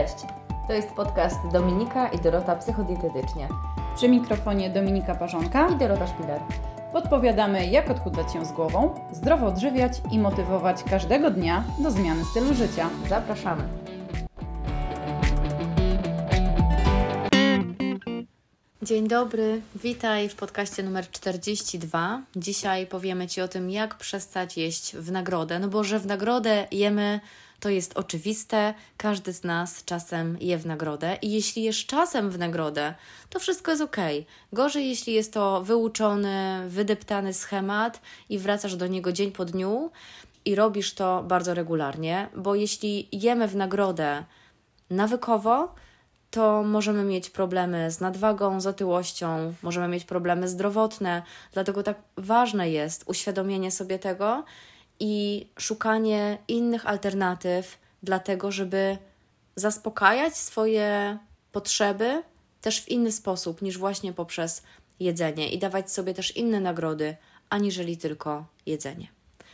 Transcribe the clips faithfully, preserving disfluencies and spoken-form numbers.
Cześć! To jest podcast Dominika i Dorota Psychodietetycznie. Przy mikrofonie Dominika Parzonka i Dorota Szpiler. Podpowiadamy, jak odchudzać się z głową, zdrowo odżywiać i motywować każdego dnia do zmiany stylu życia. Zapraszamy! Dzień dobry, witaj w podcaście numer czterdzieści dwa. Dzisiaj powiemy Ci o tym, jak przestać jeść w nagrodę. No bo, że w nagrodę jemy, to jest oczywiste. Każdy z nas czasem je w nagrodę i jeśli jesz czasem w nagrodę, to wszystko jest okej. Gorzej, jeśli jest to wyuczony, wydeptany schemat i wracasz do niego dzień po dniu i robisz to bardzo regularnie, bo jeśli jemy w nagrodę nawykowo, to możemy mieć problemy z nadwagą, z otyłością, możemy mieć problemy zdrowotne. Dlatego tak ważne jest uświadomienie sobie tego i szukanie innych alternatyw, dlatego żeby zaspokajać swoje potrzeby też w inny sposób niż właśnie poprzez jedzenie i dawać sobie też inne nagrody, aniżeli tylko jedzenie.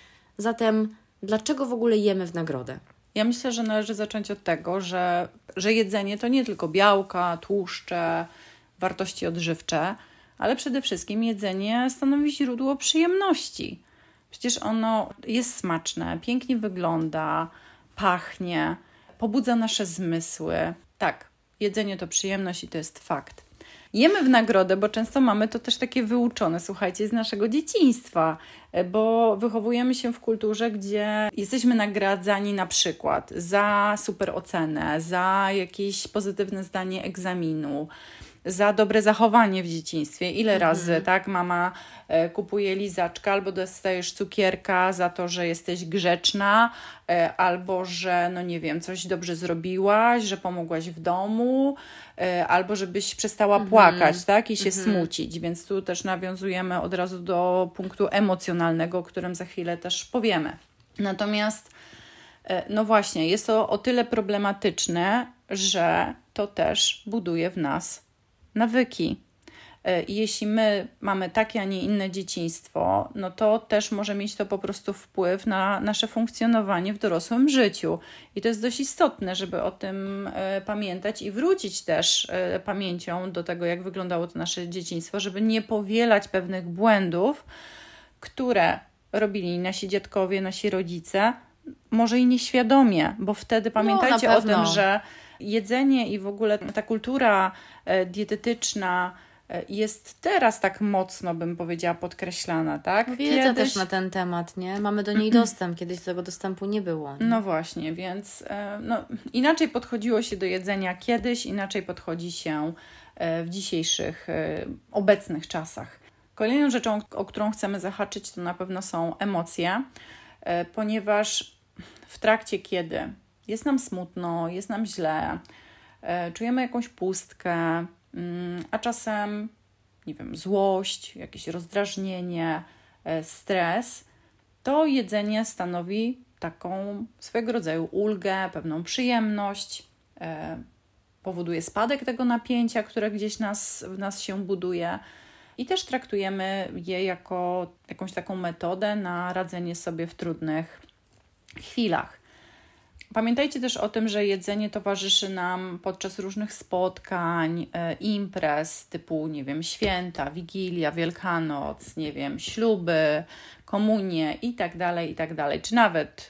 Zatem dlaczego w ogóle jemy w nagrodę? Ja myślę, że należy zacząć od tego, że, że jedzenie to nie tylko białka, tłuszcze, wartości odżywcze, ale przede wszystkim jedzenie stanowi źródło przyjemności. Przecież ono jest smaczne, pięknie wygląda, pachnie, pobudza nasze zmysły. Tak, jedzenie to przyjemność i to jest fakt. Jemy w nagrodę, bo często mamy to też takie wyuczone, słuchajcie, z naszego dzieciństwa, bo wychowujemy się w kulturze, gdzie jesteśmy nagradzani na przykład za super ocenę, za jakieś pozytywne zdanie egzaminu, za dobre zachowanie w dzieciństwie. Ile mhm. razy, tak, mama e, kupuje lizaczka, albo dostajesz cukierka za to, że jesteś grzeczna, e, albo że, no nie wiem, coś dobrze zrobiłaś, że pomogłaś w domu, e, albo żebyś przestała mhm. płakać, tak, i się mhm. smucić. Więc tu też nawiązujemy od razu do punktu emocjonalnego, o którym za chwilę też powiemy. Natomiast, e, no właśnie, jest to o tyle problematyczne, że to też buduje w nas nawyki. Jeśli my mamy takie, a nie inne dzieciństwo, no to też może mieć to po prostu wpływ na nasze funkcjonowanie w dorosłym życiu. I to jest dość istotne, żeby o tym pamiętać i wrócić też pamięcią do tego, jak wyglądało to nasze dzieciństwo, żeby nie powielać pewnych błędów, które robili nasi dziadkowie, nasi rodzice, może i nieświadomie, bo wtedy pamiętajcie no, o tym, że jedzenie i w ogóle ta kultura dietetyczna jest teraz tak mocno, bym powiedziała, podkreślana, tak? Wiedza Kiedyś... też na ten temat, nie? Mamy do niej dostęp, kiedyś tego dostępu nie było. Nie? No właśnie, więc no, inaczej podchodziło się do jedzenia kiedyś, inaczej podchodzi się w dzisiejszych, obecnych czasach. Kolejną rzeczą, o którą chcemy zahaczyć, to na pewno są emocje, ponieważ w trakcie, kiedy jest nam smutno, jest nam źle, czujemy jakąś pustkę, a czasem, nie wiem, złość, jakieś rozdrażnienie, stres, to jedzenie stanowi taką swego rodzaju ulgę, pewną przyjemność, powoduje spadek tego napięcia, które gdzieś nas, w nas się buduje i też traktujemy je jako jakąś taką metodę na radzenie sobie w trudnych chwilach. Pamiętajcie też o tym, że jedzenie towarzyszy nam podczas różnych spotkań, e, imprez typu, nie wiem, święta, Wigilia, Wielkanoc, nie wiem, śluby, komunie i tak dalej, i tak dalej. Czy nawet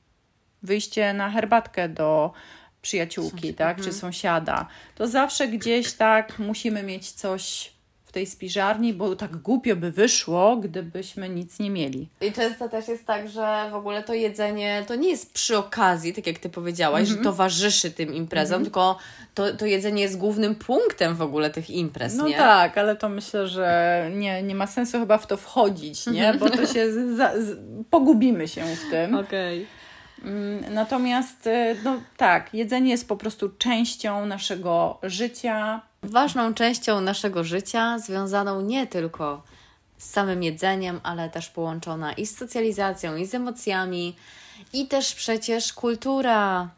wyjście na herbatkę do przyjaciółki, Sąsiad, tak, mhm. czy sąsiada. To zawsze gdzieś tak musimy mieć coś w tej spiżarni, bo tak głupio by wyszło, gdybyśmy nic nie mieli. I często też jest tak, że w ogóle to jedzenie to nie jest przy okazji, tak jak Ty powiedziałaś, mm-hmm. że towarzyszy tym imprezom, mm-hmm. tylko to, to jedzenie jest głównym punktem w ogóle tych imprez, no nie? No tak, ale to myślę, że nie, nie ma sensu chyba w to wchodzić, nie? Bo to się z, z, pogubimy się w tym. Okej. Okay. Natomiast no tak, jedzenie jest po prostu częścią naszego życia. Ważną częścią naszego życia, związaną nie tylko z samym jedzeniem, ale też połączona i z socjalizacją, i z emocjami, i też przecież kultura,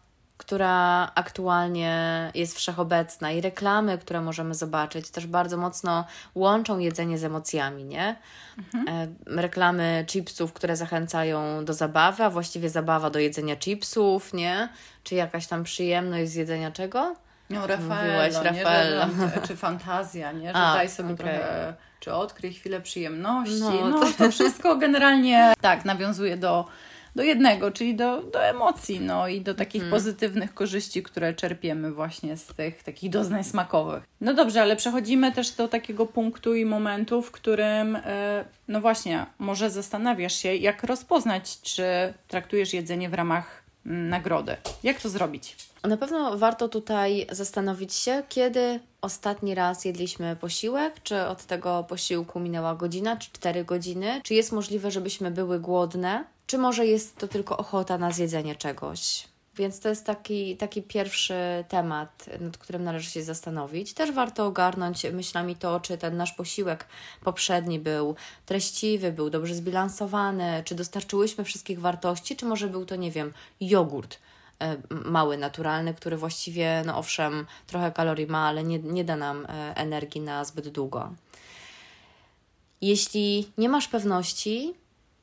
która aktualnie jest wszechobecna i reklamy, które możemy zobaczyć, też bardzo mocno łączą jedzenie z emocjami, nie? Mhm. Reklamy chipsów, które zachęcają do zabawy, a właściwie zabawa do jedzenia chipsów, nie? Czy jakaś tam przyjemność z jedzenia czego? No, Raffaello, Raffaello. Nie, czy fantazja, nie? Że a, daj sobie okay. trochę, czy odkryj chwilę przyjemności. No, no to... to wszystko generalnie tak nawiązuje do, do jednego, czyli do, do emocji, no i do takich hmm. pozytywnych korzyści, które czerpiemy właśnie z tych takich doznań smakowych. No dobrze, ale przechodzimy też do takiego punktu i momentu, w którym no właśnie, może zastanawiasz się, jak rozpoznać, czy traktujesz jedzenie w ramach nagrody. Jak to zrobić? Na pewno warto tutaj zastanowić się, kiedy ostatni raz jedliśmy posiłek, czy od tego posiłku minęła godzina, czy cztery godziny, czy jest możliwe, żebyśmy były głodne, czy może jest to tylko ochota na zjedzenie czegoś. Więc to jest taki, taki pierwszy temat, nad którym należy się zastanowić. Też warto ogarnąć myślami to, czy ten nasz posiłek poprzedni był treściwy, był dobrze zbilansowany, czy dostarczyłyśmy wszystkich wartości, czy może był to, nie wiem, jogurt mały, naturalny, który właściwie, no owszem, trochę kalorii ma, ale nie, nie da nam energii na zbyt długo. Jeśli nie masz pewności,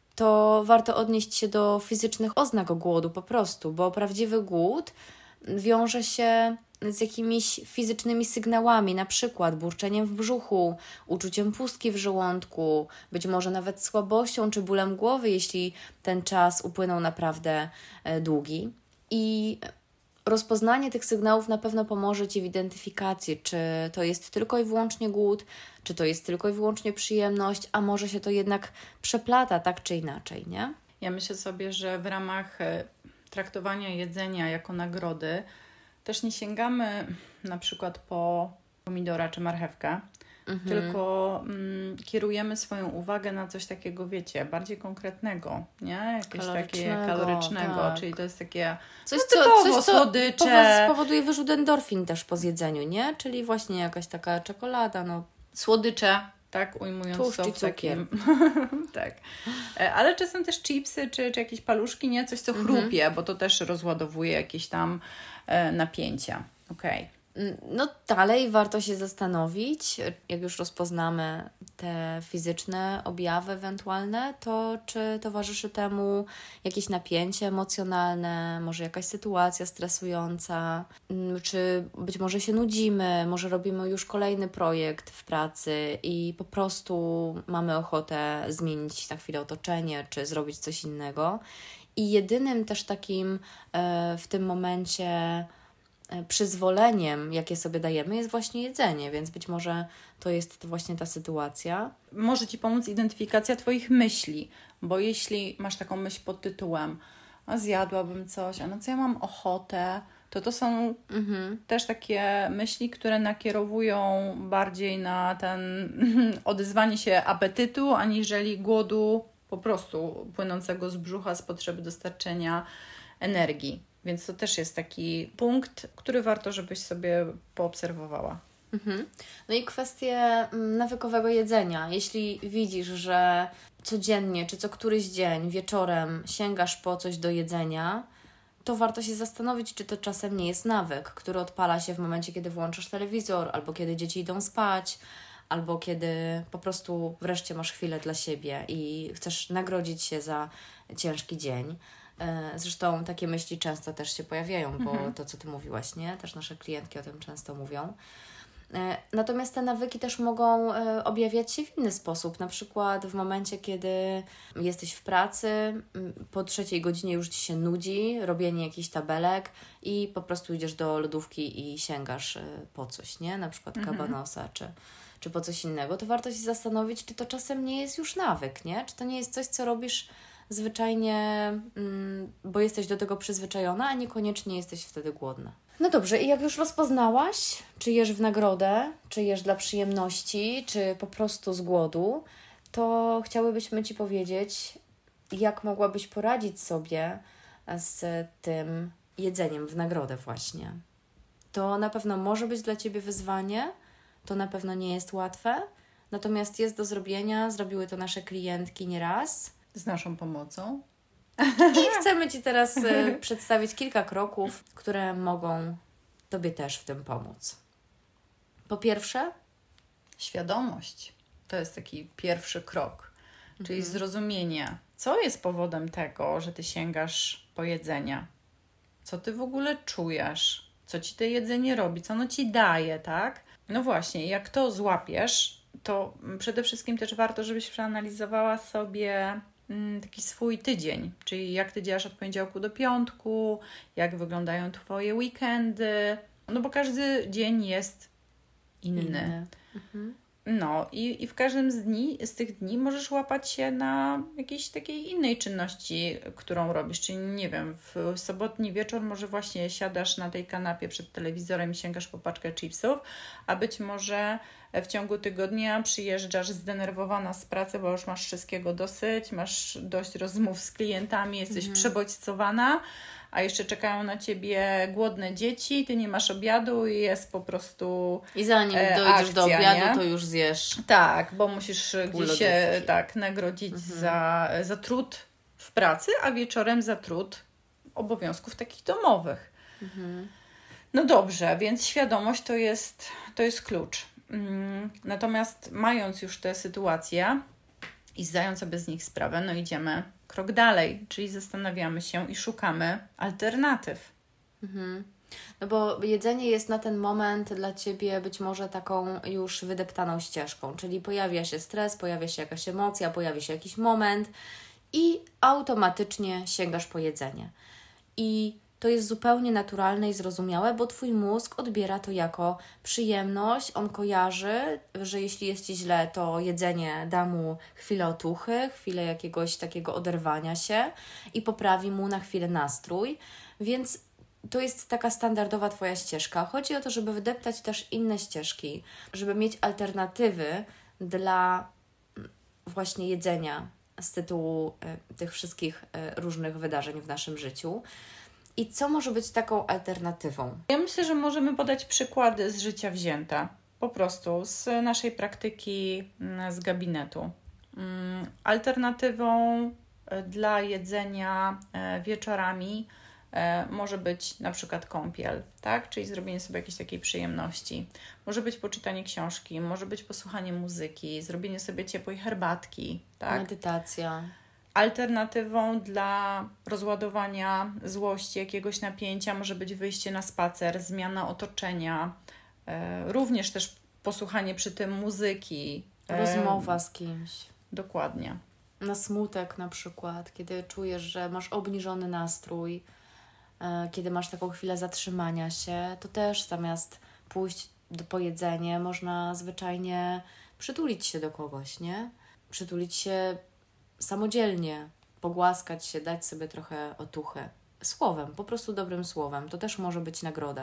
to warto odnieść się do fizycznych oznak głodu po prostu, bo prawdziwy głód wiąże się z jakimiś fizycznymi sygnałami, na przykład burczeniem w brzuchu, uczuciem pustki w żołądku, być może nawet słabością czy bólem głowy, jeśli ten czas upłynął naprawdę długi. I rozpoznanie tych sygnałów na pewno pomoże Ci w identyfikacji, czy to jest tylko i wyłącznie głód, czy to jest tylko i wyłącznie przyjemność, a może się to jednak przeplata tak czy inaczej, nie? Ja myślę sobie, że w ramach traktowania jedzenia jako nagrody też nie sięgamy na przykład po pomidora czy marchewkę, mhm. tylko mm, kierujemy swoją uwagę na coś takiego, wiecie, bardziej konkretnego, nie? Jakieś takie kalorycznego, tak. Czyli to jest takie coś, no, typowo, co, coś, co słodycze. Spowoduje wyrzut endorfin też po zjedzeniu, nie? Czyli właśnie jakaś taka czekolada, no. Słodycze, tak, ujmując Tłuszcz to w takim. tak. Ale czasem też chipsy, czy, czy jakieś paluszki, nie? Coś, co chrupie, mhm. bo to też rozładowuje jakieś tam e, napięcia. Okej. Okay. No dalej warto się zastanowić, jak już rozpoznamy te fizyczne objawy ewentualne, to czy towarzyszy temu jakieś napięcie emocjonalne, może jakaś sytuacja stresująca, czy być może się nudzimy, może robimy już kolejny projekt w pracy i po prostu mamy ochotę zmienić na chwilę otoczenie, czy zrobić coś innego. I jedynym też takim e, w tym momencie przyzwoleniem, jakie sobie dajemy, jest właśnie jedzenie, więc być może to jest właśnie ta sytuacja. Może Ci pomóc identyfikacja Twoich myśli, bo jeśli masz taką myśl pod tytułem a zjadłabym coś, a na co ja mam ochotę, to to są mhm. też takie myśli, które nakierowują bardziej na ten odezwanie się apetytu, aniżeli głodu po prostu płynącego z brzucha z potrzeby dostarczenia energii. Więc to też jest taki punkt, który warto, żebyś sobie poobserwowała. Mhm. No i kwestie nawykowego jedzenia. Jeśli widzisz, że codziennie czy co któryś dzień wieczorem sięgasz po coś do jedzenia, to warto się zastanowić, czy to czasem nie jest nawyk, który odpala się w momencie, kiedy włączasz telewizor, albo kiedy dzieci idą spać, albo kiedy po prostu wreszcie masz chwilę dla siebie i chcesz nagrodzić się za ciężki dzień. Zresztą takie myśli często też się pojawiają, bo mhm. to, co Ty mówiłaś, nie? Też nasze klientki o tym często mówią. Natomiast te nawyki też mogą objawiać się w inny sposób. Na przykład w momencie, kiedy jesteś w pracy, po trzeciej godzinie już Ci się nudzi robienie jakichś tabelek i po prostu idziesz do lodówki i sięgasz po coś, nie? Na przykład mhm. kabanosa czy, czy po coś innego. To warto się zastanowić, czy to czasem nie jest już nawyk, nie? Czy to nie jest coś, co robisz zwyczajnie, bo jesteś do tego przyzwyczajona, a niekoniecznie jesteś wtedy głodna. No dobrze, i jak już rozpoznałaś, czy jesz w nagrodę, czy jesz dla przyjemności, czy po prostu z głodu, to chciałybyśmy Ci powiedzieć, jak mogłabyś poradzić sobie z tym jedzeniem w nagrodę właśnie. To na pewno może być dla Ciebie wyzwanie, to na pewno nie jest łatwe, natomiast jest do zrobienia, zrobiły to nasze klientki nieraz. Z naszą pomocą. I chcemy Ci teraz y, przedstawić kilka kroków, które mogą Tobie też w tym pomóc. Po pierwsze, świadomość. To jest taki pierwszy krok, czyli Mhm. zrozumienie, co jest powodem tego, że Ty sięgasz po jedzenie. Co Ty w ogóle czujesz? Co Ci to jedzenie robi? Co ono Ci daje, tak? No właśnie, jak to złapiesz, to przede wszystkim też warto, żebyś przeanalizowała sobie mm, taki swój tydzień, czyli jak Ty działasz od poniedziałku do piątku, jak wyglądają Twoje weekendy, no bo każdy dzień jest inny. inny. Mhm. No i, i w każdym z, dni, z tych dni możesz łapać się na jakiejś takiej innej czynności, którą robisz. Czyli nie wiem, w sobotni wieczór może właśnie siadasz na tej kanapie przed telewizorem i sięgasz po paczkę chipsów, a być może w ciągu tygodnia przyjeżdżasz zdenerwowana z pracy, bo już masz wszystkiego dosyć, masz dość rozmów z klientami, jesteś Mhm. przebodźcowana, a jeszcze czekają na Ciebie głodne dzieci, Ty nie masz obiadu i jest po prostu I zanim e, dojdziesz akcja, do obiadu, nie? to już zjesz. Tak, bo musisz gdzieś się lodówki. tak nagrodzić Mhm. za, za trud w pracy, a wieczorem za trud obowiązków takich domowych. Mhm. No dobrze, więc świadomość to jest, to jest klucz. Mm, Natomiast mając już tę sytuację i zdając sobie z nich sprawę, no idziemy krok dalej, czyli zastanawiamy się i szukamy alternatyw. Mhm. No bo jedzenie jest na ten moment dla Ciebie być może taką już wydeptaną ścieżką, czyli pojawia się stres, pojawia się jakaś emocja, pojawia się jakiś moment i automatycznie sięgasz po jedzenie. I to jest zupełnie naturalne i zrozumiałe, bo Twój mózg odbiera to jako przyjemność. On kojarzy, że jeśli jest Ci źle, to jedzenie da mu chwilę otuchy, chwilę jakiegoś takiego oderwania się i poprawi mu na chwilę nastrój. Więc to jest taka standardowa Twoja ścieżka. Chodzi o to, żeby wydeptać też inne ścieżki, żeby mieć alternatywy dla właśnie jedzenia z tytułu y, tych wszystkich y, różnych wydarzeń w naszym życiu. I co może być taką alternatywą? Ja myślę, że możemy podać przykłady z życia wzięte. Po prostu z naszej praktyki mm, z gabinetu. Mm, Alternatywą e, dla jedzenia e, wieczorami e, może być na przykład kąpiel, tak? Czyli zrobienie sobie jakiejś takiej przyjemności. Może być poczytanie książki, może być posłuchanie muzyki, zrobienie sobie ciepłej herbatki, tak? Medytacja. Alternatywą dla rozładowania złości, jakiegoś napięcia może być wyjście na spacer, zmiana otoczenia, e, również też posłuchanie przy tym muzyki. e, Rozmowa z kimś. Dokładnie. Na smutek na przykład, kiedy czujesz, że masz obniżony nastrój, e, kiedy masz taką chwilę zatrzymania się, to też zamiast pójść do po jedzenie, można zwyczajnie przytulić się do kogoś, nie? Przytulić się samodzielnie, pogłaskać się, dać sobie trochę otuchy. Słowem, po prostu dobrym słowem. To też może być nagroda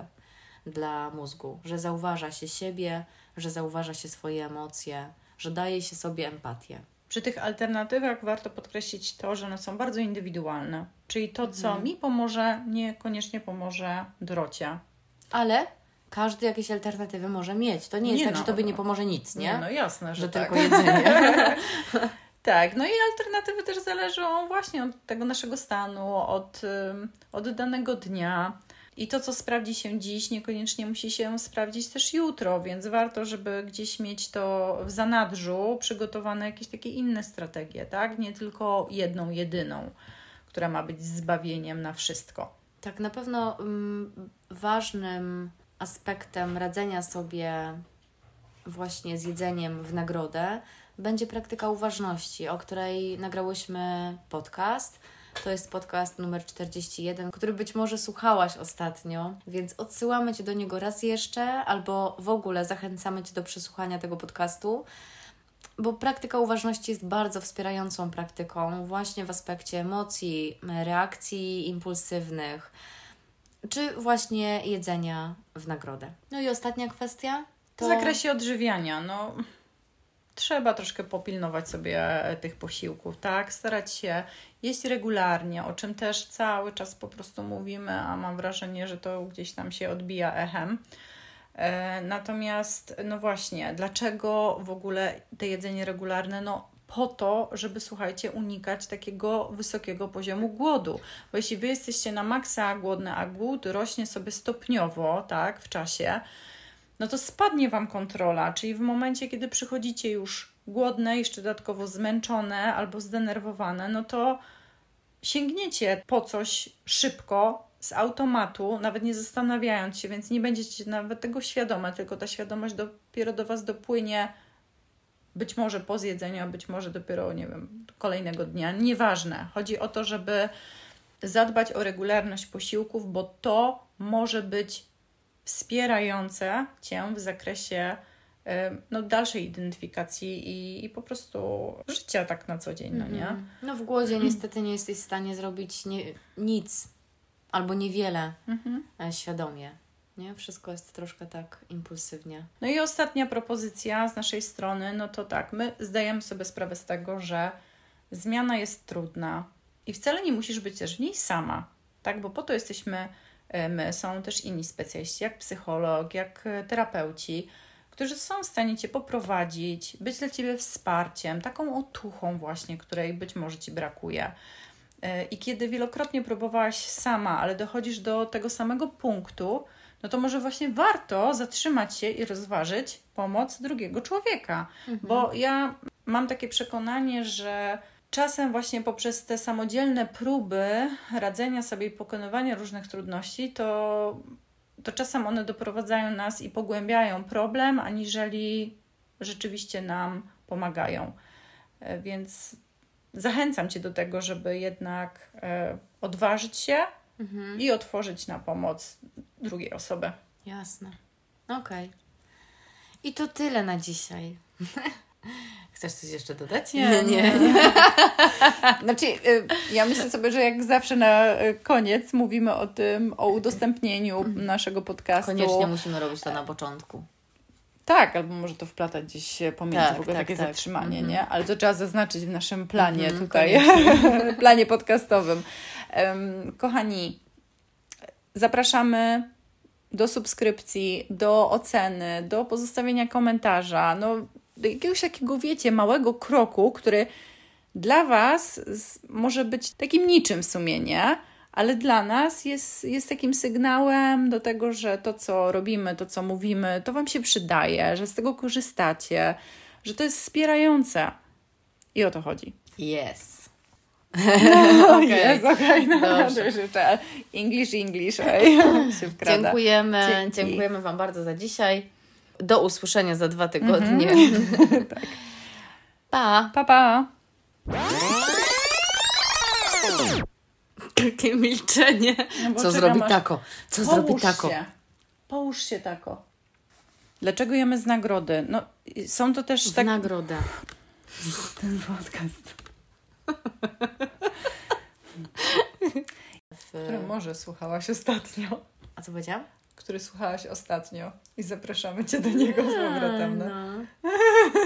dla mózgu, że zauważa się siebie, że zauważa się swoje emocje, że daje się sobie empatię. Przy tych alternatywach warto podkreślić to, że one są bardzo indywidualne. Czyli to, co Mhm. mi pomoże, niekoniecznie pomoże Dorocie. Ale każdy jakieś alternatywy może mieć. To nie jest Nie tak, no, że Tobie nie no. pomoże nic, nie? Nie, no jasne, że, że tak. tylko jedzenie. Tak, no i alternatywy też zależą właśnie od tego naszego stanu, od, ym, od danego dnia. I to, co sprawdzi się dziś, niekoniecznie musi się sprawdzić też jutro, więc warto, żeby gdzieś mieć to w zanadrzu, przygotowane jakieś takie inne strategie, tak? Nie tylko jedną, jedyną, która ma być zbawieniem na wszystko. Tak, na pewno mm, ważnym aspektem radzenia sobie właśnie z jedzeniem w nagrodę będzie praktyka uważności, o której nagrałyśmy podcast. To jest podcast numer czterdzieści jeden, który być może słuchałaś ostatnio, więc odsyłamy Cię do niego raz jeszcze, albo w ogóle zachęcamy Cię do przesłuchania tego podcastu, bo praktyka uważności jest bardzo wspierającą praktyką właśnie w aspekcie emocji, reakcji impulsywnych, czy właśnie jedzenia w nagrodę. No i ostatnia kwestia to... W zakresie odżywiania, no trzeba troszkę popilnować sobie tych posiłków, tak? Starać się jeść regularnie, o czym też cały czas po prostu mówimy, a mam wrażenie, że to gdzieś tam się odbija echem. E, natomiast, no właśnie, dlaczego w ogóle to jedzenie regularne? No po to, żeby, słuchajcie, unikać takiego wysokiego poziomu głodu. Bo jeśli wy jesteście na maksa głodne, a głód rośnie sobie stopniowo, tak, w czasie, no to spadnie wam kontrola, czyli w momencie, kiedy przychodzicie już głodne, jeszcze dodatkowo zmęczone albo zdenerwowane, no to sięgniecie po coś szybko, z automatu, nawet nie zastanawiając się, więc nie będziecie nawet tego świadome, tylko ta świadomość dopiero do was dopłynie być może po zjedzeniu, a być może dopiero, nie wiem, kolejnego dnia. Nieważne. Chodzi o to, żeby zadbać o regularność posiłków, bo to może być wspierające Cię w zakresie no, dalszej identyfikacji i, i po prostu życia tak na co dzień, no nie? Mm-hmm. No w głodzie niestety nie jesteś w stanie zrobić nie, nic albo niewiele mm-hmm. świadomie. Nie? Wszystko jest troszkę tak impulsywnie. No i ostatnia propozycja z naszej strony, no to tak, my zdajemy sobie sprawę z tego, że zmiana jest trudna i wcale nie musisz być też w niej sama, tak? Bo po to jesteśmy my, są też inni specjaliści, jak psycholog, jak terapeuci, którzy są w stanie Cię poprowadzić, być dla Ciebie wsparciem, taką otuchą właśnie, której być może Ci brakuje. I kiedy wielokrotnie próbowałaś sama, ale dochodzisz do tego samego punktu, no to może właśnie warto zatrzymać się i rozważyć pomoc drugiego człowieka. Mhm. Bo ja mam takie przekonanie, że czasem właśnie poprzez te samodzielne próby radzenia sobie i pokonywania różnych trudności, to, to czasem one doprowadzają nas i pogłębiają problem, aniżeli rzeczywiście nam pomagają. Więc zachęcam Cię do tego, żeby jednak e, odważyć się mhm. i otworzyć na pomoc drugiej osoby. Jasne. Okej. Okay. I to tyle na dzisiaj. Chcesz coś jeszcze dodać? Nie, nie. Znaczy, ja myślę sobie, że jak zawsze na koniec mówimy o tym, o udostępnieniu naszego podcastu. Koniecznie musimy robić to na początku. Tak, albo może to wplatać gdzieś pomiędzy, tak, w ogóle tak, takie tak. zatrzymanie, mm-hmm. nie? Ale to trzeba zaznaczyć w naszym planie mm-hmm, tutaj, planie podcastowym. Um, kochani, zapraszamy do subskrypcji, do oceny, do pozostawienia komentarza, no do jakiegoś takiego, wiecie, małego kroku, który dla Was może być takim niczym w sumie, nie? Ale dla nas jest, jest takim sygnałem do tego, że to, co robimy, to, co mówimy, to Wam się przydaje, że z tego korzystacie, że to jest wspierające. I o to chodzi. Yes. No, okay. Jest, okej. Okay. No, to już jeszcze English, English. Ej, się wkrada. Dziękujemy. Dzięki. Dziękujemy Wam bardzo za dzisiaj. Do usłyszenia za dwa tygodnie. Mm-hmm. Tak. Pa. Pa, pa. Takie milczenie. No co zrobi masz... tako? Co Połóż zrobi tako? Się. Połóż się tako. Dlaczego jemy z nagrody? No, są to też... W tak... nagrodę. Ten podcast. W... Który może słuchałaś ostatnio. A co powiedziałam? Który słuchałaś ostatnio. I zapraszamy Cię do niego z powrotem. No. no.